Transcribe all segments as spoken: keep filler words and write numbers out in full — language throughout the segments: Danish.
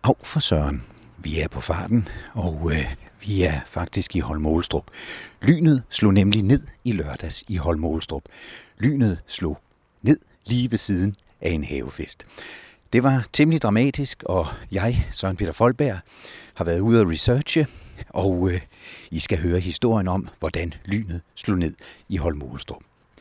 Av for søren. Vi er på farten, og øh, vi er faktisk i Holme-Olstrup. Lynet slog nemlig ned i lørdags i Holme-Olstrup. Lynet slog ned lige ved siden af en havefest. Det var temmelig dramatisk, og jeg, Søren Peter Folberg, har været ude at researche, og øh, I skal høre historien om, hvordan lynet slog ned i Holme-Olstrup.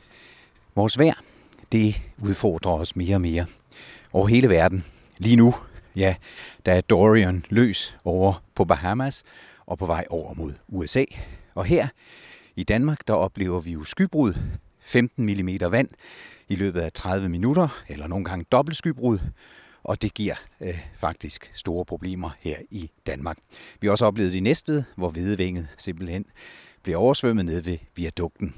Vores vejr, det udfordrer os mere og mere over hele verden. Lige nu, ja, der er Dorian løs over på Bahamas og på vej over mod U S A. Og her i Danmark, der oplever vi jo skybrud, femten millimeter vand i løbet af tredive minutter, eller nogle gange dobbelt skybrud. Og det giver øh, faktisk store problemer her i Danmark. Vi har også oplevet det i Næstved, hvor Hvedevænget simpelthen bliver oversvømmet ned ved viadukten.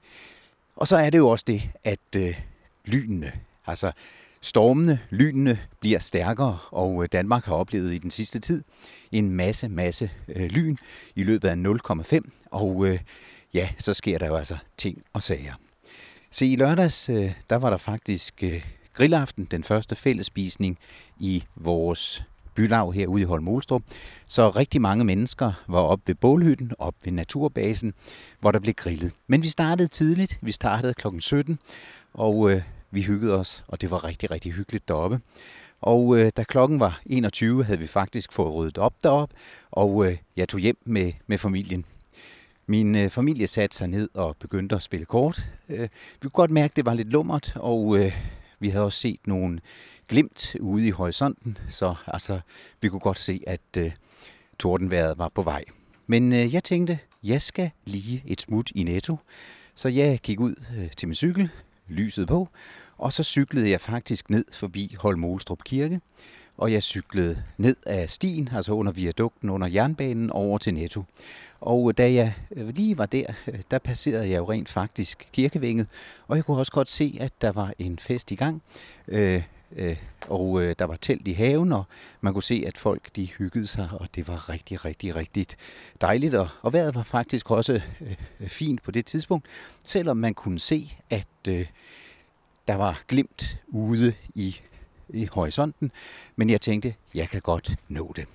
Og så er det jo også det, at øh, lynene, altså stormene, lynene bliver stærkere, og Danmark har oplevet i den sidste tid en masse, masse øh, lyn i løbet af nul komma fem, og øh, ja, så sker der jo altså ting og sager. Se, i lørdags, øh, der var der faktisk øh, grillaften, den første fællesspisning i vores bylav herude i Holme-Olstrup. Så rigtig mange mennesker var oppe ved bålhytten, oppe ved naturbasen, hvor der blev grillet. Men vi startede tidligt, vi startede klokken sytten, og øh, vi hyggede os, og det var rigtig, rigtig hyggeligt deroppe. Og øh, da klokken var enogtyve, havde vi faktisk fået ryddet op deroppe, og øh, jeg tog hjem med, med familien. Min øh, familie satte sig ned og begyndte at spille kort. Øh, vi kunne godt mærke, at det var lidt lummert, og øh, vi havde også set nogle glimt ude i horisonten, så altså, vi kunne godt se, at øh, tordenvejret var på vej. Men øh, jeg tænkte, jeg skal lige et smut i Netto, så jeg gik ud øh, til min cykel, lyset på, og så cyklede jeg faktisk ned forbi Holme-Olstrup Kirke, og jeg cyklede ned af stien, altså under viadukten, under jernbanen, over til Netto. Og da jeg lige var der, der passerede jeg jo rent faktisk Kirkevænget, og jeg kunne også godt se, at der var en fest i gang, øh, øh, og øh, der var telt i haven, og man kunne se, at folk de hyggede sig, og det var rigtig, rigtig, rigtig dejligt, og, og vejret var faktisk også øh, fint på det tidspunkt, selvom man kunne se, at øh, der var glimt ude i, i horisonten, men jeg tænkte, jeg kan godt nå det.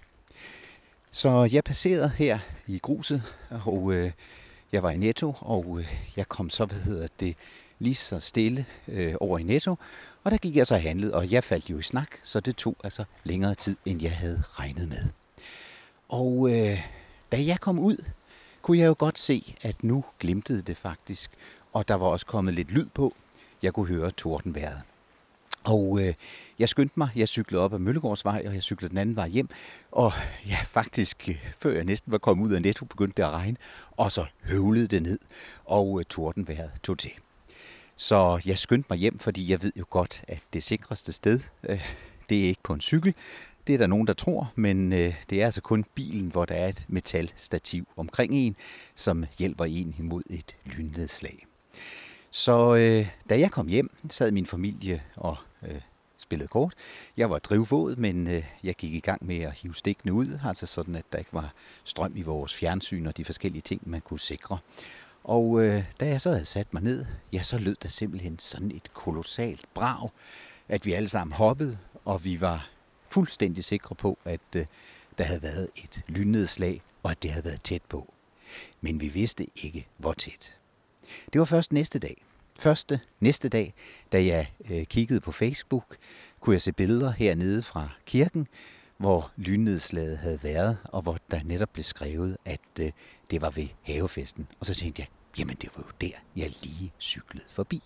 Så jeg passerede her i gruset, og øh, jeg var i Netto, og øh, jeg kom så, hvad hedder det, lige så stille øh, over i Netto, og der gik jeg så og handlede, og jeg faldt jo i snak, så det tog altså længere tid, end jeg havde regnet med. Og øh, da jeg kom ud, kunne jeg jo godt se, at nu glimtede det faktisk, og der var også kommet lidt lyd på. Jeg kunne høre tordenvejret. Og øh, jeg skyndte mig, jeg cyklede op ad Møllegårdsvej, og jeg cyklede den anden vej hjem. Og ja, faktisk, før jeg næsten var kommet ud af Netto, begyndte det at regne, og så høvlede det ned, og øh, tordenvejret tog til. Så jeg skyndte mig hjem, fordi jeg ved jo godt, at det sikreste sted, øh, det er ikke på en cykel. Det er der nogen, der tror, men øh, det er altså kun bilen, hvor der er et metalstativ omkring en, som hjælper en imod et lynnedslag. Så øh, da jeg kom hjem, sad min familie og øh, spillede kort. Jeg var drivvåd, men øh, jeg gik i gang med at hive stikkene ud, altså sådan, at der ikke var strøm i vores fjernsyn og de forskellige ting, man kunne sikre. Og øh, da jeg så havde sat mig ned, ja, så lød der simpelthen sådan et kolossalt brag, at vi alle sammen hoppede, og vi var fuldstændig sikre på, at øh, der havde været et lynnedslag, og at det havde været tæt på. Men vi vidste ikke, hvor tæt. Det var først næste dag. Første næste dag, da jeg øh, kiggede på Facebook, kunne jeg se billeder hernede fra kirken, hvor lynnedslaget havde været, og hvor der netop blev skrevet, at øh, det var ved havefesten. Og så tænkte jeg, jamen det var jo der, jeg lige cyklede forbi.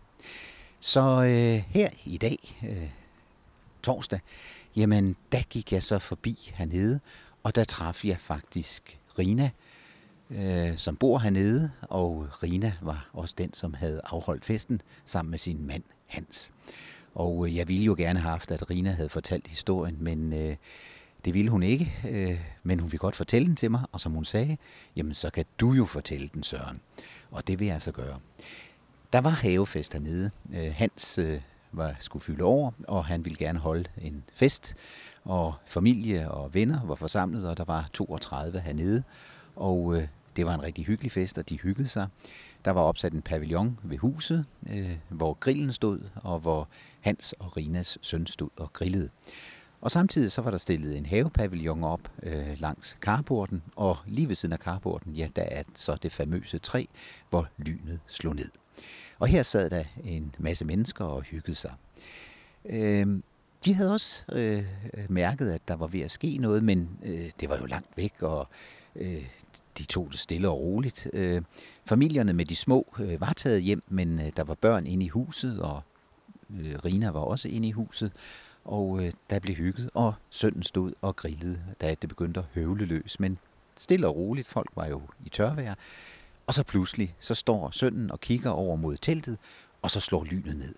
Så øh, her i dag, øh, torsdag, jamen der gik jeg så forbi hernede, og der traf jeg faktisk Rina, øh, som bor hernede, og Rina var også den, som havde afholdt festen sammen med sin mand Hans. Og øh, jeg ville jo gerne have haft, at Rina havde fortalt historien, men øh, det ville hun ikke, øh, men hun ville godt fortælle den til mig, og som hun sagde, jamen så kan du jo fortælle den, Søren. Og det vil jeg altså gøre. Der var havefest hernede. Øh, Hans øh, var, skulle fylde år, og han ville gerne holde en fest, og familie og venner var forsamlet, og der var toogtredive hernede, og øh, det var en rigtig hyggelig fest, og de hyggede sig. Der var opsat en pavillon ved huset, øh, hvor grillen stod, og hvor Hans og Rinas søn stod og grillede. Og samtidig så var der stillet en havepavillon op øh, langs carporten, og lige ved siden af carporten, ja, der er så det famøse træ, hvor lynet slog ned. Og her sad der en masse mennesker og hyggede sig. Øh, de havde også øh, mærket, at der var ved at ske noget, men øh, det var jo langt væk, og øh, de tog det stille og roligt. Øh, familierne med de små øh, var taget hjem, men øh, der var børn inde i huset, og øh, Rina var også inde i huset. Og øh, der blev hygget, og sønnen stod og grillede, da det begyndte at høvle løs. Men stille og roligt, folk var jo i tørvejr. Og så pludselig, så står sønnen og kigger over mod teltet, og så slår lynet ned.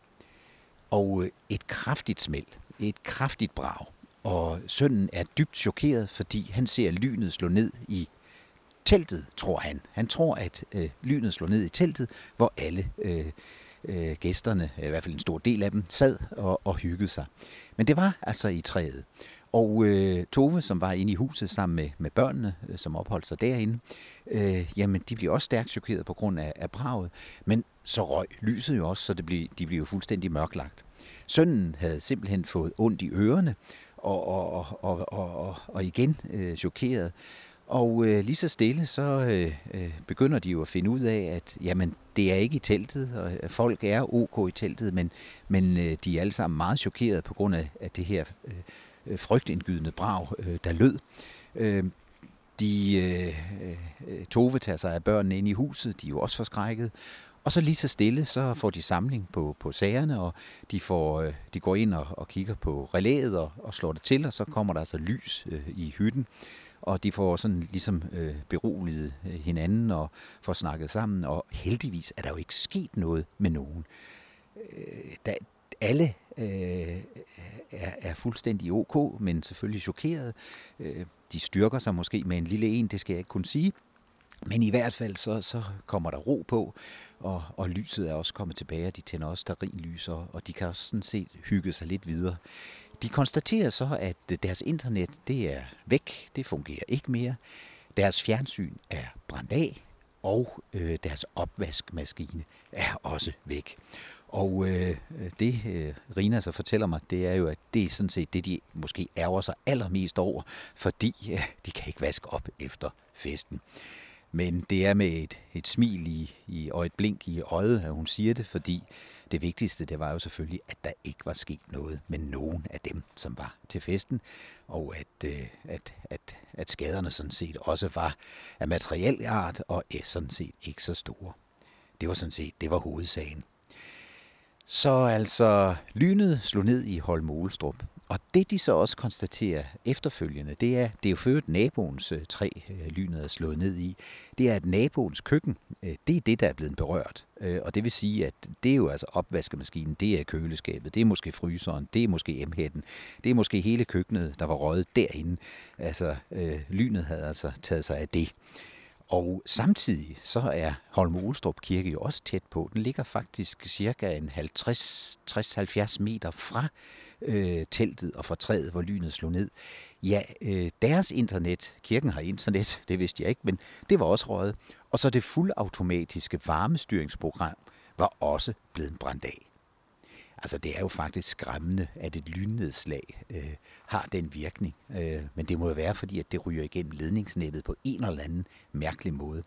Og øh, et kraftigt smæld, et kraftigt brag. Og sønnen er dybt chokeret, fordi han ser lynet slå ned i teltet, tror han. Han tror, at øh, lynet slår ned i teltet, hvor alle øh, øh, gæsterne, i hvert fald en stor del af dem, sad og, og hyggede sig. Men det var altså i træet. Og øh, Tove, som var inde i huset sammen med, med børnene, øh, som opholdt sig derinde, øh, jamen de blev også stærkt chokeret på grund af, af braget. Men så røg lyset jo også, så det blev, de blev jo fuldstændig mørklagt. Sønnen havde simpelthen fået ondt i ørerne, og, og, og, og, og, og igen øh, chokeret. Og øh, lige så stille, så øh, øh, begynder de jo at finde ud af, at jamen, det er ikke i teltet, og folk er ok i teltet, men, men øh, de er alle sammen meget chokerede på grund af, af det her øh, frygtindgydende brag, øh, der lød. Øh, de øh, øh, Tove tager sig af børnene ind i huset, de er jo også forskrækket. Og så lige så stille, så får de samling på, på sagerne, og de, får, øh, de går ind og, og kigger på relæet og, og slår det til, og så kommer der altså lys øh, i hytten. Og de får sådan ligesom øh, beroliget hinanden og får snakket sammen, og heldigvis er der jo ikke sket noget med nogen. Øh, da alle øh, er, er fuldstændig ok, men selvfølgelig chokeret. Øh, de styrker sig måske med en lille en, det skal jeg ikke kunne sige. Men i hvert fald så, så kommer der ro på, og, og lyset er også kommet tilbage, og de tænder også stearinlys, og, og de kan også sådan set hygge sig lidt videre. De konstaterer så, at deres internet det er væk, det fungerer ikke mere. Deres fjernsyn er brændt af, og øh, deres opvaskemaskine er også væk. Og øh, det øh, Rina så fortæller mig, det er jo, at det er sådan set det, de måske ærger sig allermest over, fordi øh, de kan ikke vaske op efter festen. Men det er med et, et smil i, i, og et blink i øjet, at hun siger det, fordi det vigtigste, det var jo selvfølgelig, at der ikke var sket noget med nogen af dem, som var til festen, og at, øh, at, at, at skaderne sådan set også var af materiel art, og er sådan set ikke så store. Det var sådan set, det var hovedsagen. Så altså, lynet slog ned i Holme-Olstrup. Og det de så også konstaterer efterfølgende, det er, det er jo ført naboens øh, træ, øh, lynet er slået ned i. Det er, at naboens køkken, øh, det er det, der er blevet berørt. Øh, og det vil sige, at det er jo altså opvaskemaskinen, det er køleskabet, det er måske fryseren, det er måske emhætten, det er måske hele køkkenet, der var røget derinde. Altså, øh, lynet havde altså taget sig af det. Og samtidig så er Holme-Olstrup Kirke jo også tæt på. Den ligger faktisk cirka en halvtreds til halvfjerds meter fra øh, teltet og fra træet, hvor lynet slog ned. Ja, øh, deres internet, kirken har internet, det vidste jeg ikke, men det var også røget. Og så det fuldautomatiske varmestyringsprogram var også blevet brændt af. Altså det er jo faktisk skræmmende, at et lynnedslag øh, har den virkning. Øh, men det må jo være, fordi at det ryger igennem ledningsnettet på en eller anden mærkelig måde.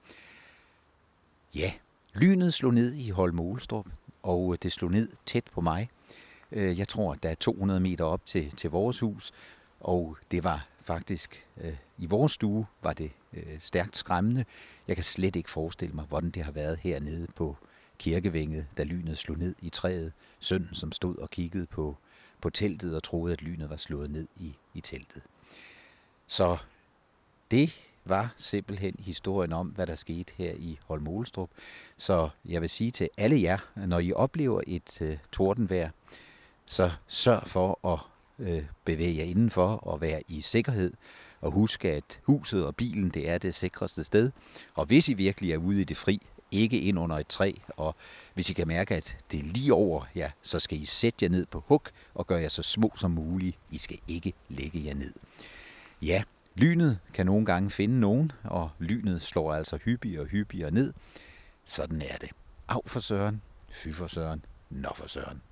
Ja, lynet slog ned i Holme-Olstrup, og det slog ned tæt på mig. Øh, jeg tror, at der er to hundrede meter op til, til vores hus, og det var faktisk, øh, i vores stue var det øh, stærkt skræmmende. Jeg kan slet ikke forestille mig, hvordan det har været hernede på kirkevænget, da lynet slog ned i træet. Sønnen, som stod og kiggede på, på teltet og troede, at lynet var slået ned i, i teltet. Så det var simpelthen historien om, hvad der skete her i Holme-Olstrup. Så jeg vil sige til alle jer, når I oplever et øh, tordenvejr, så sørg for at øh, bevæge jer indenfor og være i sikkerhed. Og husk, at huset og bilen, det er det sikreste sted. Og hvis I virkelig er ude i det fri, ikke ind under et træ, og hvis I kan mærke, at det er lige over, ja, så skal I sætte jer ned på hug og gøre jer så små som muligt. I skal ikke lægge jer ned. Ja, lynet kan nogle gange finde nogen, og lynet slår altså hyppigere og hyppigere ned. Sådan er det. Av for søren, fy for søren, nå for søren.